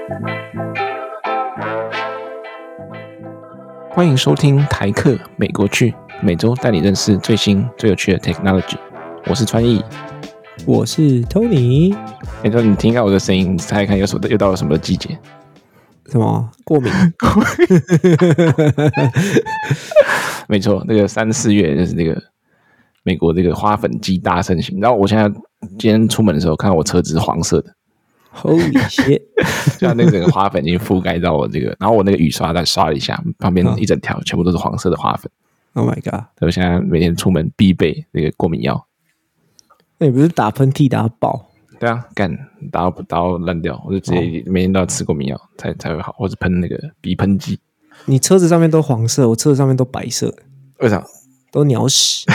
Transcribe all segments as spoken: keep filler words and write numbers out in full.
欢迎收听台客美国去，每周带你认识最新最有趣的 technology。我是川艺， 我是 Tony。 哎，说你听一下我的声音，你猜看又什么又到了什么季节？ 什么过敏？ 没错，那个三四月就是那个美国这个花粉季大盛行。然后我现在今天出门的时候，看到我车子是黄色的。 Holy shit！ 就那个整个花粉已经覆盖到我这个，然后我那个雨刷再刷了一下，旁边一整条全部都是黄色的花粉。 Oh my god！ 所以我现在每天出门必备那个过敏药。 那你不是打喷嚏打爆？ 对啊，干打到打到烂掉，我就直接每天都要吃过敏药才才会好，或者喷那个鼻喷剂。 你车子上面都黄色，我车子上面都白色。 为啥？ 都鸟屎。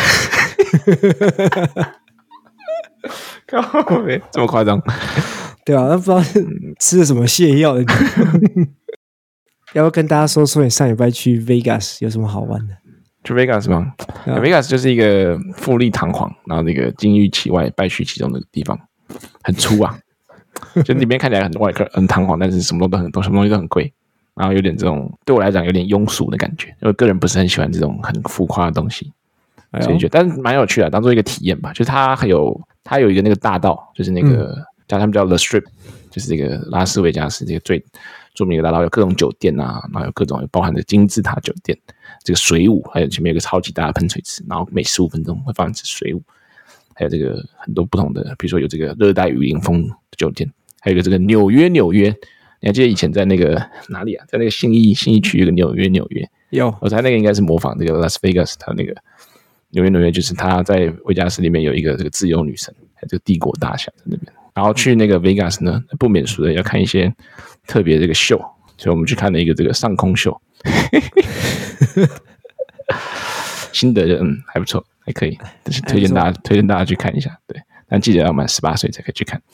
靠北，这么夸张？ 对啊，那不知道是吃了什么泻药的。要不要跟大家说说你上礼拜去 Vegas 有什么好玩的？ 去 Vegas 吗、啊、？Vegas 就是一个富丽堂皇，然后那个金玉其外，败絮其中的地方，很粗啊，就里面看起来很外壳很堂皇，但是什么都很多，什么东西都很贵，然后有点这种对我来讲有点庸俗的感觉，因为我个人不是很喜欢这种很浮夸的东西，所以觉得但是蛮有趣的，当做一个体验吧。就是它还有它有一个那个大道，就是那个、嗯、叫他们叫 The Strip， 就是这个拉斯维加斯这个最著名的大道，有各种酒店啊，然后有各种包含的金字塔酒店，这个水舞，还有前面有个超级大的喷水池，然后每十五分钟会放一次水舞，还有这个很多不同的，比如说有这个热带雨林风酒店，还有一个这个纽约纽约，你还记得以前在那个哪里啊，在那个信义信义区有个纽约纽约， 有， 我猜那个应该是模仿这个 Las Vegas， 它那个纽约纽约就是它在维加斯里面有一个这个自由女神，还有这个帝国大厦在那边。然后去那个 Vegas 呢，不免俗的要看一些特别这个秀，所以我们去看了一个这个上空秀，心得就嗯还不错，还可以，但是推荐大家推荐大家去看一下，对，但记得要满十八岁才可以去看。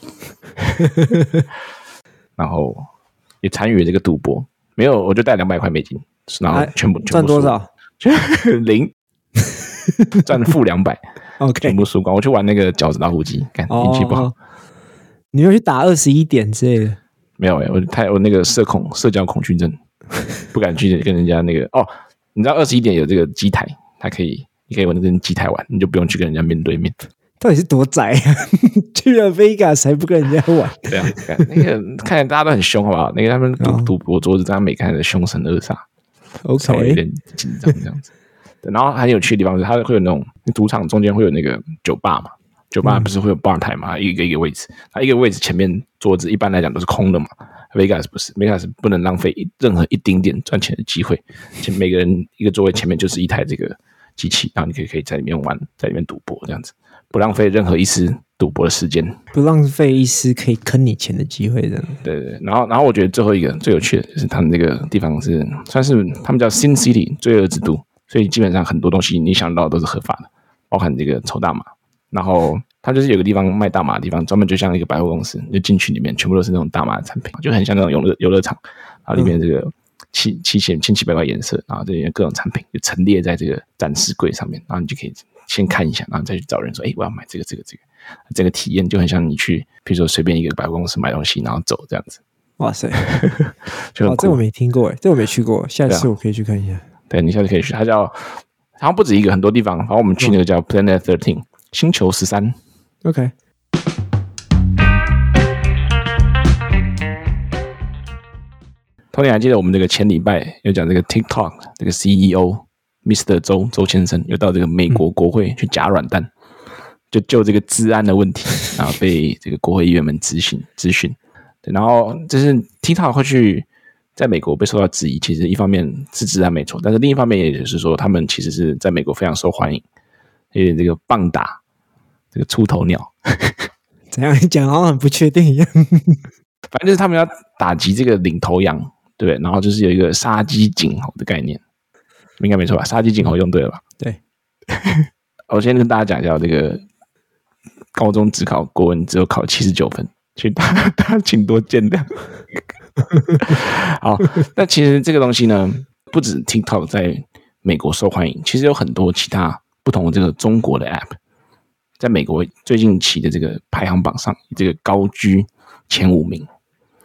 然后也参与了这个赌博，没有我就带两百块美金，然后全部赚多少？ 零，赚负两百。 OK， 全部输光。我去玩那个饺子老虎机，干运气不好。 你有去打二十一点之类的？ 没有哎、欸，我太我那个社恐社交恐惧症，不敢去跟人家那个哦。你知道二十一点有这个机台，它可以你可以玩跟机台玩，你就不用去跟人家面对面。 到底是多宅啊？去了 Vegas 还不跟人家玩？ 对啊，那个看起来大家都很凶，好不好？那个他们赌赌博桌子，大家每看的凶神恶煞， OK， 稍微有点紧张这样子。然后很有趣的地方是，它会有那种赌场中间会有那个酒吧嘛，酒吧不是会有bar台嘛，一个一个位置，它一个位置前面桌子一般来讲都是空的嘛。Vegas 不是 ，Vegas 不能浪费任何一丁点赚钱的机会，每个人一个座位前面就是一台这个机器，然后你可以可以在里面玩，在里面赌博这样子，不浪费任何一丝赌博的时间， 不浪费一丝可以坑你钱的机会的。 对对，然后然后我觉得最后一个最有趣的就是他们这个地方是算是他们叫 Sin City 罪恶之都。所以基本上很多东西你想到都是合法的，包含这个抽大麻。然后它就是有个地方卖大麻的地方，专门就像一个百货公司，你就进去里面全部都是那种大麻的产品，就很像那种游乐游乐场。然后里面这个七七千千奇百怪颜色，然后这些各种产品就陈列在这个展示柜上面，然后你就可以先看一下，然后再去找人说，哎，我要买这个这个这个。整个体验就很像你去，比如说随便一个百货公司买东西，然后走这样子。 哇塞，就很酷。哦，这我没听过哎，这我没去过，下次我可以去看一下。 对，你下次可以去，它叫好像不止一个，很多地方。然后我们去那个叫 Planet 十三，星球十三。 OK。 Tony 还记得我们这个前礼拜有讲这个 TikTok 这个 C E O Mister 周周先生有到这个美国国会去夹软蛋，就就这个治安的问题，然后被这个国会议员们咨询咨询。对，然后就是 TikTok 会去。在美国被受到质疑，其实一方面是治安没错，但是另一方面也就是说，他们其实是在美国非常受欢迎，有点这个棒打这个出头鸟， 怎样讲好像很不确定一样。 反正就是他们要打击这个领头羊，对不对？然后就是有一个杀鸡儆猴的概念，应该没错吧？杀鸡儆猴用对了吧？ 对。 我先跟大家讲一下，这个高中只考国文只有考七十九分，所以大家大家请多见谅。好，那其实这个东西呢，不止 TikTok 在美国受欢迎，其实有很多其他不同的这个中国的 App， 在美国最近期的这个排行榜上，这个高居前五名。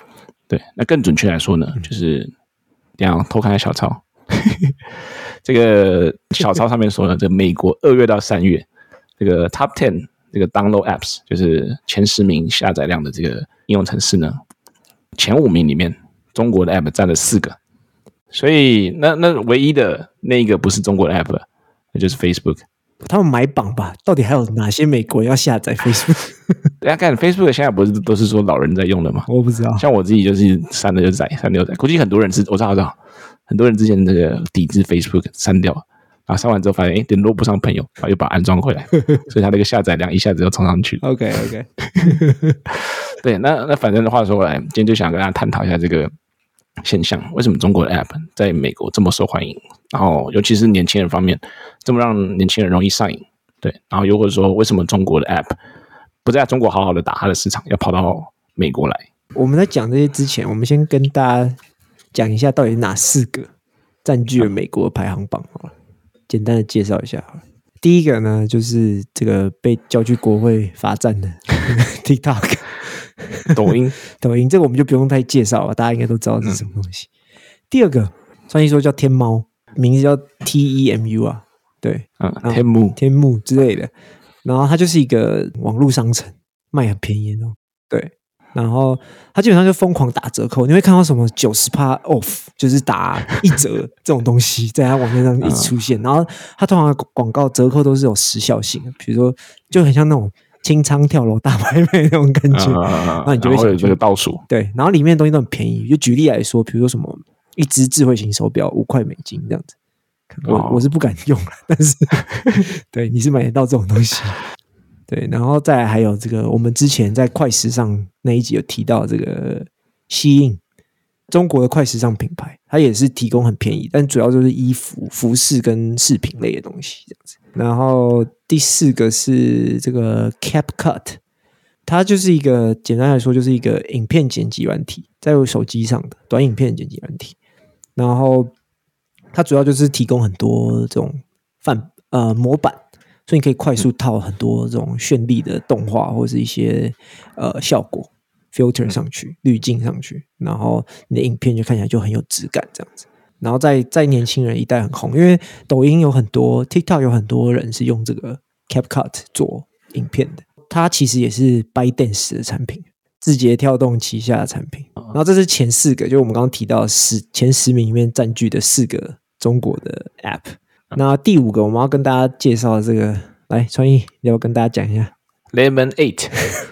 对，那更准确来说呢，就是这样偷看小抄。这个小抄上面说呢，这美国二月到三月，这个 Top Ten 这个 Download Apps 就是前十名下载量的这个应用程式呢，前五名里面，中国的 App 占了四个，所以那那唯一的那一个不是中国的 App 了，那就是 Facebook。 他们买榜吧，到底还有哪些美国人要下载 Facebook？ 大家看 Facebook 现在不是都是说老人在用的吗？ 我不知道，像我自己就是删了就载，删了就载。估计很多人是我知道，我知道，很多人之前这个抵制 Facebook 删掉，然后删完之后发现哎联络不上朋友，然后又把它安装回来，所以它那个下载量一下子就冲上去了。 OK OK， 对，那那反正的话说回来，今天就想跟大家探讨一下这个现象，为什么中国的 App 在美国这么受欢迎，然后尤其是年轻人方面这么让年轻人容易上瘾，对，然后又或者说为什么中国的 App 不在中国好好的打它的市场，要跑到美国来。 我们在讲这些之前，我们先跟大家讲一下到底哪四个占据了美国的排行榜好了，简单的介绍一下好了。第一个呢，就是这个被叫去国会罚站的TikTok 抖音抖音，这个我们就不用太介绍了，大家应该都知道是什么东西。嗯、第二个，传译说叫天猫，名字叫 T E M U 啊，对， 嗯，天幕天幕之类的。然后它就是一个网络商城，卖很便宜的那种，对。然后它基本上就疯狂打折扣，你会看到什么 百分之九十 off， 就是打一折这种东西在它网站上一直出现。然后它通常的广告折扣都是有时效性的，比如说就很像那种清仓跳楼大拍卖那种感觉， 嗯、 然后你就会想有这个倒数， 对，然后里面的东西都很便宜。就举例来说，比如说什么一只智慧型手表五块美金这样子，我、哦、我是不敢用了，但是对你是买得到这种东西。对，然后再来还有这个，我们之前在快时尚那一集有提到这个西印，中国的快时尚品牌，它也是提供很便宜，但主要就是衣服、服饰跟饰品类的东西这样子。然后第四个是这个 CapCut， 它就是一个简单来说就是一个影片剪辑软体，在我手机上的短影片剪辑软体。然后它主要就是提供很多这种范呃模板。所以你可以快速套很多这种绚丽的动画或者是一些呃效果 filter 上去，滤镜上去，然后你的影片就看起来就很有质感这样子。然后在在年轻人一代很红，因为抖音有很多 TikTok 有很多人是用这个 CapCut 做影片的，它其实也是 ByteDance 的产品，字节跳动旗下的产品。然后这是前四个，就是我们刚刚提到十前十名里面占据的四个中国的 App。那第五个我们要跟大家介绍的这个，来川艺要不要跟大家讲一下 Lemon Eight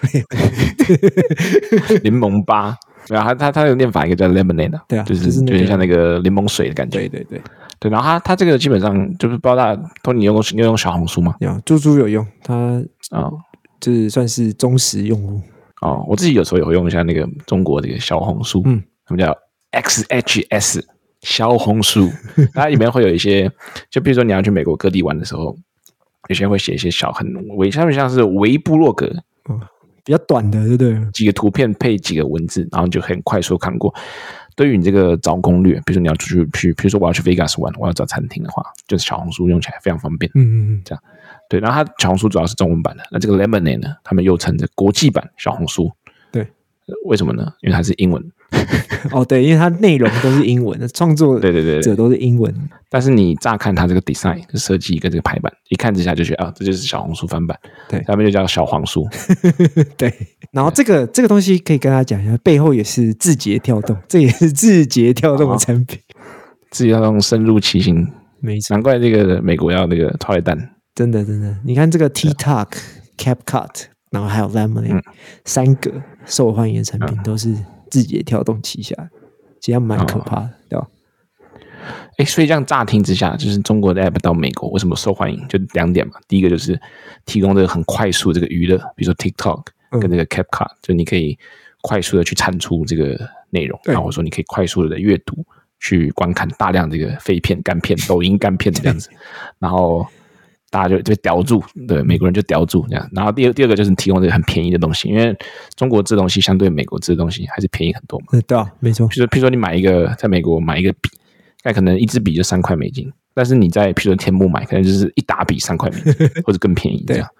柠檬八，对啊，它它它的念法一个叫 Lemonade， 对啊， 就是有点像那个柠檬水的感觉， 对对对对。然后它它这个基本上就是不知道大家都你用过你有用小红书吗？ 有，猪猪有用，它哦就是算是忠实用户哦。我自己有时候也会用一下那个中国这个小红书，嗯，他们叫 X H S。小红书，它里面会有一些，就比如说你要去美国各地玩的时候，有些人会写一些小很微，像像是微部落格， 哦，比较短的，对不对？ 几个图片配几个文字，然后就很快速看过。对于你这个找攻略，比如说你要出去去，比如说我要去 Vegas 玩，我要找餐厅的话，就是小红书用起来非常方便。 嗯嗯嗯， 这样对。然后它小红书主要是中文版的，那这个 Lemonade 呢，他们又称这国际版小红书。 对， 为什么呢？因为它是英文。 哦，对，因为它内容都是英文的，创作者都是英文。 对对对对，但是你乍看它这个 design 设计跟这个排版，一看之下就觉得啊，这就是小红书翻版， 对， 他们就叫小黄书。 对，然后这个这个东西可以跟大家讲一下，背后也是字节跳动，这也是字节跳动的产品。哦、 字节跳动深入其心， 没错， 难怪这个美国要那个超蛋， 真的真的，你看这个 TikTok、CapCut， 然后还有 Lemonade、嗯、三个受欢迎的产品都是字节跳动旗下，其实蛮可怕的，哦、对吧？ 哎，所以这样乍听之下，就是中国的 App 到美国为什么受欢迎？就两点嘛。第一个就是提供这个很快速的这个娱乐，比如说 TikTok 跟这个 CapCut，嗯、就你可以快速的去产出这个内容，然后说你可以快速的阅读，去观看大量这个废片、干片、抖音干片这样子，然后大家就就叼住，对，美国人就叼住这样。然后第二第二个就是提供这个很便宜的东西，因为中国这东西相对美国这东西还是便宜很多嘛。 嗯，对啊，没错。 就是譬如说你买一个在美国买一个笔。那可能一支笔就三块美金，但是你在譬如说天幕买，可能就是一打笔三块美金，或者更便宜这样。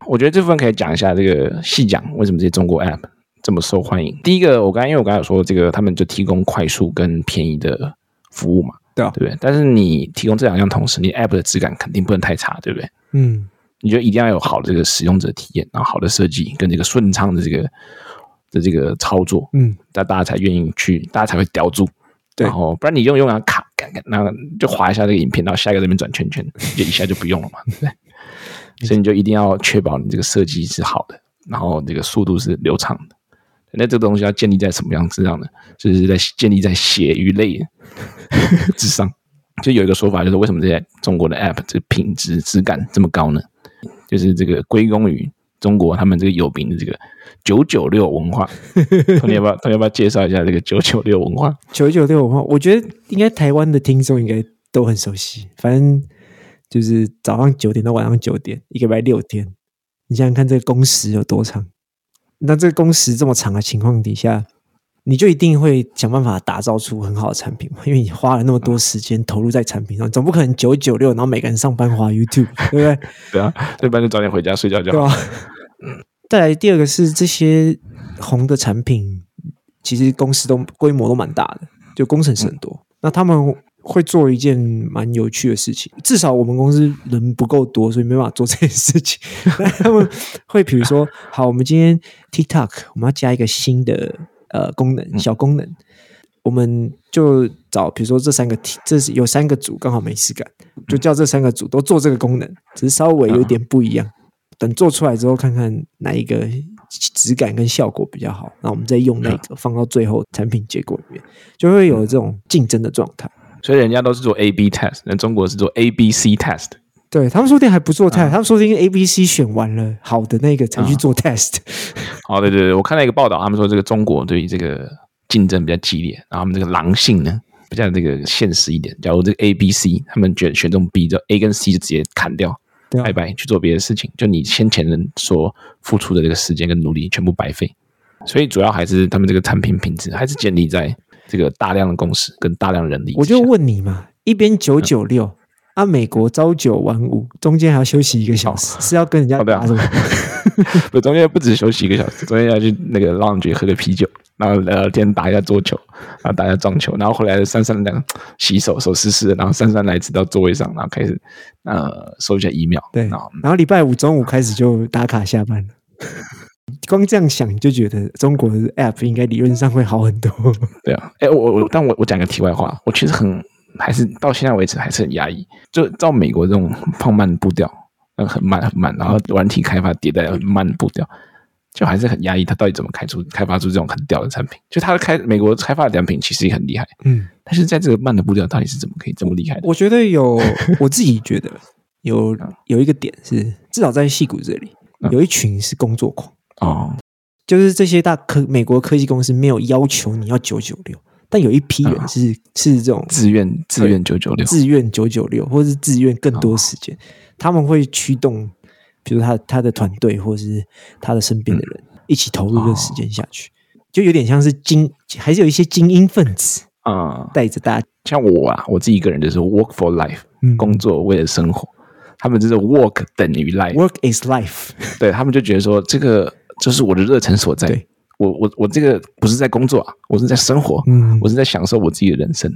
我觉得这部分可以讲一下这个细讲为什么这些中国 App 这么受欢迎。第一个，我刚才因为我刚才有说这个，他们就提供快速跟便宜的服务嘛， 对啊， 对不对？但是你提供这两样同时，你 App 的质感肯定不能太差，对不对？ 嗯， 你就一定要有好的这个使用者体验，然后好的设计跟这个顺畅的这个的这个操作，嗯，那大家才愿意去，大家才会叼住。然后不然你用用啊卡，那就滑一下这个影片，然后下一个这边转圈圈，就一下就不用了嘛，对不对？所以你就一定要确保你这个设计是好的，然后这个速度是流畅的。那这个东西要建立在什么样之上呢？就是在建立在血与泪之上。就有一个说法，就是为什么这些中国的 App 这个品质质感这么高呢？就是这个归功于中国他们这个有名的这个九九六文化。你要不要，你要不要介绍一下这个九九六文化？ 九九六文化，我觉得应该台湾的听众应该都很熟悉。反正就是早上九点到晚上九点，一个礼拜六天。你想想看，这个工时有多长？那这个工时这么长的情况底下，你就一定会想办法打造出很好的产品嘛，因为你花了那么多时间投入在产品上，总不可能九九六，然后每个人上班滑 YouTube， 对不对？ 对啊，要不然就早点回家睡觉就好。 对啊。再来第二个是这些红的产品，其实公司都规模都蛮大的，就工程师很多。嗯、那他们会做一件蛮有趣的事情，至少我们公司人不够多，所以没办法做这件事情。但他们会比如说，好，我们今天 TikTok 我们要加一个新的呃功能，小功能，嗯、我们就找比如说这三个，这是有三个组刚好没事干，就叫这三个组都做这个功能，只是稍微有点不一样。等做出来之后，看看哪一个质感跟效果比较好，那我们再用那个放到最后产品结果里面，就会有这种竞争的状态。 所以人家都是做 A B test， 那中国是做 A B C test。 对，他们说不定还不做 test，、嗯、他们说不定 A B C 选完了好的那个才去做 test。 哦、嗯，对对对，我看到一个报道，他们说这个中国对于这个竞争比较激烈，然后他们这个狼性呢比较这个现实一点。假如这个 A B C， 他们觉得选中 B， 就 A 跟 C 就直接砍掉。拜拜，去做别的事情，就你先前人所付出的这个时间跟努力全部白费，所以主要还是他们这个产品品质还是建立在这个大量的工时跟大量的人力。 我就问你嘛，一边九九六啊，美国朝九晚五，中间还要休息一个小时，哦、是要跟人家打什么？ 不，中间不止休息一个小时，中间要去那个 lounge 喝个啤酒，然后聊聊天，打一下桌球，然后打一下撞球，然后回来姗姗来洗手，手湿湿的，然后姗姗来迟到座位上，然后开始呃收一下 email。 对，然后然后礼拜五中午开始就打卡下班了。光这样想你就觉得中国的 app 应该理论上会好很多。 对啊，哎，我我但我我讲个题外话，我其实很还是到现在为止还是很压抑，就照美国这种放慢步调。很慢很慢，然后软体开发迭代很慢的步调，就还是很压抑。他到底怎么开出开发出这种很屌的产品？就他的开美国开发的产品其实也很厉害，嗯，但是在这个慢的步调，到底是怎么可以这么厉害的？ 我觉得有，我自己觉得有有一个点是，至少在矽谷这里，有一群是工作狂哦，就是这些大科美国科技公司没有要求你要九九六。但有一批人是、嗯、是这种自愿自愿九九六， 自愿九九六，或是自愿更多时间、哦，他们会驱动，比如他他的团队或是他的身边的人、嗯、一起投入这个时间下去、哦，就有点像是精，还是有一些精英分子啊，带着大家。 像我啊，我自己一个人就是 work for life，、嗯、工作为了生活，他们就是 work 等于 life，work is life， 对他们就觉得说这个就是我的热忱所在。对，我我我这个不是在工作啊，我是在生活，嗯，我是在享受我自己的人生。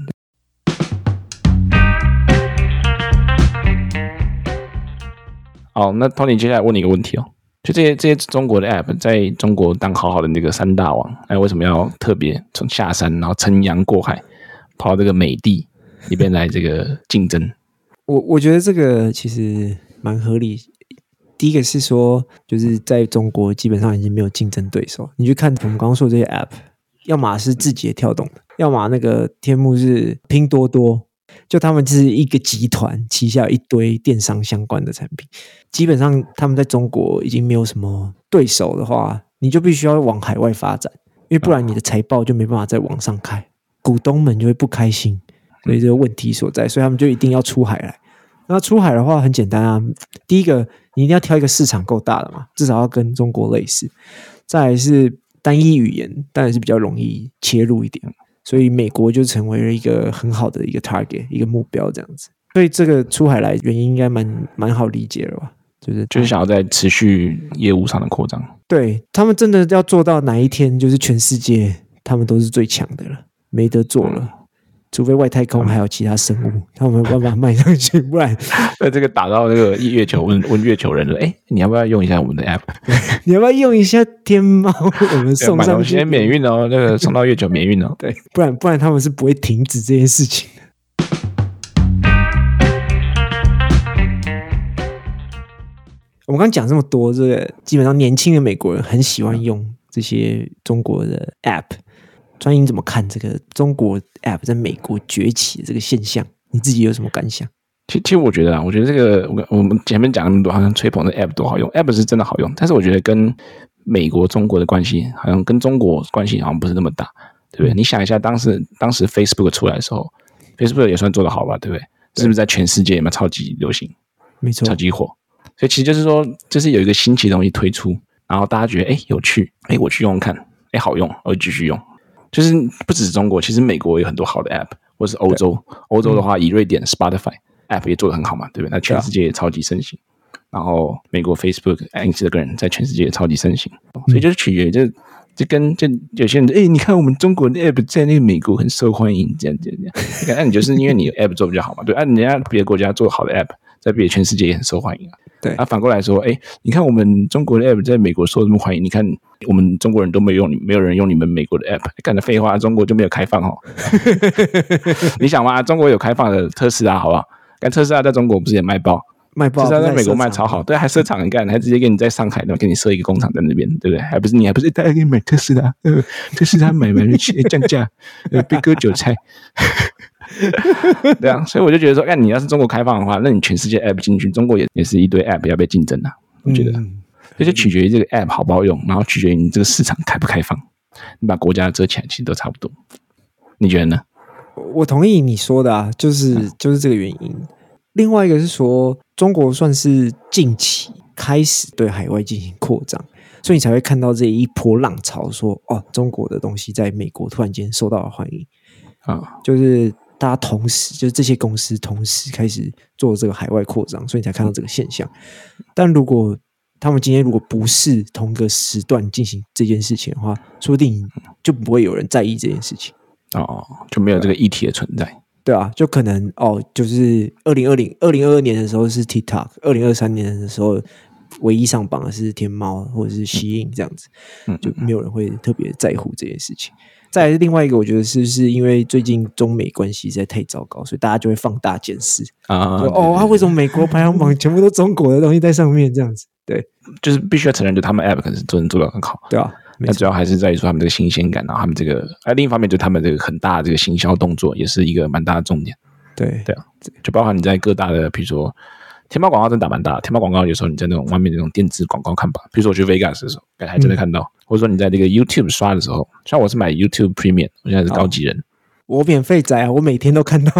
好，那 Tony 接下来问你一个问题哦，就这些这些中国的 App 在中国当好好的那个三大王，哎，为什么要特别从下山，然后称洋过海，跑到这个美地里边来这个竞争？ 我我觉得这个其实蛮合理。第一个是说，就是在中国基本上已经没有竞争对手。你去看我们刚刚说的这些 App， 要么是字节跳动的，要么那个天幕是拼多多，就他们是一个集团，旗下有一堆电商相关的产品。基本上他们在中国已经没有什么对手的话，你就必须要往海外发展，因为不然你的财报就没办法再往上开，股东们就会不开心，所以这个问题所在，所以他们就一定要出海来。那出海的话很简单啊，第一个你一定要挑一个市场够大的嘛，至少要跟中国类似。再来是单一语言，当然是比较容易切入一点，所以美国就成为了一个很好的一个 target， 一个目标这样子。所以这个出海来原因应该蛮蛮好理解了吧？ 就是就是想要在持续业务上的扩张。 对，他们真的要做到哪一天，就是全世界他们都是最强的了，没得做了。嗯，除非外太空还有其他生物，他们没有办法迈上去，不然那这个打到那个月球问问月球人了，哎，你要不要用一下我们的 app？ 你要不要用一下天猫？我们送上去， 先免运哦，那个送到月球免运哦。 对，不然不然他们是不会停止这件事情的。我们刚刚讲这么多，这个基本上年轻的美国人很喜欢用这些中国的 app。专营怎么看这个中国 app 在美国崛起的这个现象？你自己有什么感想？ 其其实我觉得啊，我觉得这个我我们前面讲那么多，好像吹捧的 app 多好用 ，app 是真的好用，但是我觉得跟美国、中国的关系，好像跟中国关系好像不是那么大，对不对？嗯、你想一下，当时当时 Facebook 出来的时候 ，Facebook 也算做得好吧，对不对？是不是在全世界嘛超级流行？ 没错， 超级火。所以其实就是说，就是有一个新奇的东西推出，然后大家觉得哎有趣，哎我去用用看，哎好用，我就继续用。就是不只是中国，其实美国有很多好的 app， 或是欧洲。欧洲的话，以瑞典 Spotify app 也做得很好嘛，对不对？那全世界也超级盛行。然后美国 Facebook、Instagram 在全世界也超级盛行，所以就是取决于这这跟这有些人，哎，你看我们中国的 app 在那个美国很受欢迎，这样这样这样。那你就是因为你的 app 做比较好嘛，对？按、啊、人家别的国家做好的 app， 在别的全世界也很受欢迎啊。 对， 啊，反过来说，哎，你看我们中国的 app 在美国受这么欢迎，你看我们中国人都没有用，没有人用你们美国的 app， 干的废话，中国就没有开放哦。你想嘛，中国有开放的特斯拉，好不好？干特斯拉在中国不是也卖爆？ 卖爆， 特斯拉在美国卖超好，对，还设厂，你干，还直接给你在上海的，给你设一个工厂在那边，对不对？还不是你还不是大家给你买特斯拉，呃，特斯拉买买降价，呃，被割韭菜。对啊，所以我就觉得说，哎，你要是中国开放的话，那你全世界 app 进去，中国也也是一堆 app 要被竞争啊。我觉得，嗯、所以就取决于这个 app 好不好用，然后取决于你这个市场开不开放。你把国家遮起来，其实都差不多。你觉得呢？ 我同意你说的啊，就是、嗯、就是这个原因。另外一个是说，中国算是近期开始对海外进行扩张，所以你才会看到这一波浪潮说，说哦，中国的东西在美国突然间受到了欢迎啊，就是大家同时，就是这些公司同时开始做这个海外扩张，所以你才看到这个现象。但如果他们今天如果不是同个时段进行这件事情的话，说不定就不会有人在意这件事情哦，就没有这个议题的存在。 对啊，就可能哦，就是二零二零、二零二二年的时候是 TikTok， 二零二三年的时候唯一上榜的是天猫或者是吸引这样子，就没有人会特别在乎这件事情。再来是另外一个，我觉得是不是因为最近中美关系实在太糟糕，所以大家就会放大检视啊，哦，啊，为什么美国排行榜全部都中国的东西在上面这样子？对， 就是必须要承认，就他们 app 可能是做人做得很好， 对啊。 那主要还是在于说他们这个新鲜感，然后他们这个，啊，另一方面就是他们这个很大的这个行销动作，也是一个蛮大的重点。 对对啊，就包含你在各大的，比如说天猫广告真的打蛮大的，天猫广告有时候你在那种外面那种电子广告看吧，比如说我去 Vegas 的时候，还真的看到，嗯、或者说你在这个 YouTube 刷的时候，像我是买 YouTube Premium， 我现在是高级人， 哦、我免费仔啊，我每天都看到。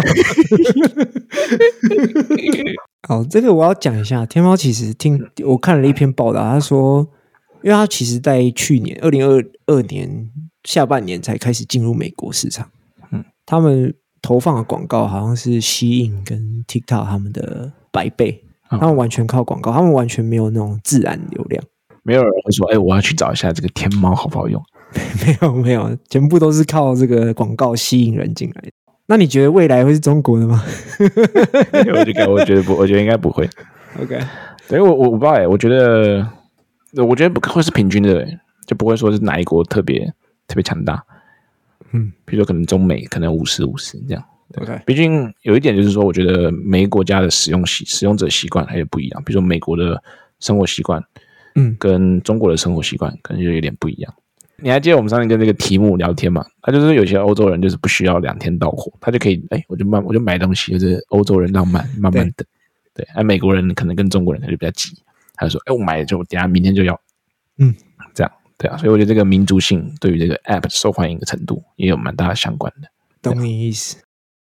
好，这个我要讲一下，天猫其实听我看了一篇报道，他说。因为他其实在去年二零二二年下半年才开始进入美国市场，嗯，他们投放的广告好像是吸引跟 TikTok 他们的百倍，嗯、他们完全靠广告，他们完全没有那种自然流量， 没有人会说，哎、欸，我要去找一下这个天猫好不好用？ 没有没有，全部都是靠这个广告吸引人进来。那你觉得未来会是中国的吗？ 我觉得我觉得不，我觉得应该不会。 OK， 对，我我我不知道哎、欸，我觉得。我觉得不会是平均的，就不会说是哪一国特别特别强大。嗯，比如说可能中美可能五十五十这样。 OK， 毕竟有一点就是说，我觉得每个国家的使用习使用者习惯还是不一样。比如说美国的生活习惯，嗯，跟中国的生活习惯可能就有点不一样。你还记得我们上次跟这个题目聊天嘛？他就是有些欧洲人就是不需要两天到货，他就可以哎，我就慢我就买东西，就是欧洲人浪漫慢慢等。对，而、啊、美国人可能跟中国人他就比较急。他就说：“哎，我买了就等一下明天就要，嗯，这样对啊，所以我觉得这个民族性对于这个 app 受欢迎的程度也有蛮大的相关的。” 懂你意思。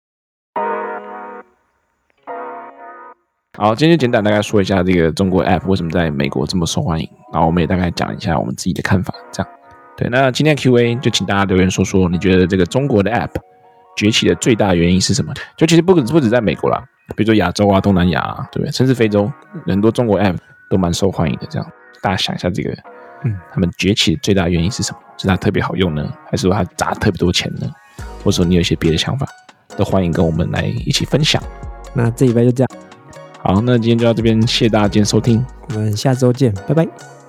好，今天就简单大概说一下这个中国 app 为什么在美国这么受欢迎，然后我们也大概讲一下我们自己的看法。这样对，那今天的 Q A 就请大家留言说说，你觉得这个中国的 app 崛起的最大的原因是什么？就其实不不止在美国啦，比如说亚洲啊、东南亚啊，对不对？甚至非洲很多中国 app。 都蛮受欢迎的。这样大家想一下，这个嗯， 他们崛起的最大原因是什么？是它特别好用呢，还是说它砸特别多钱呢？或者说你有一些别的想法，都欢迎跟我们来一起分享。 那这礼拜就这样， 好，那今天就到这边，谢谢大家今天收听， 我们下周见，拜拜。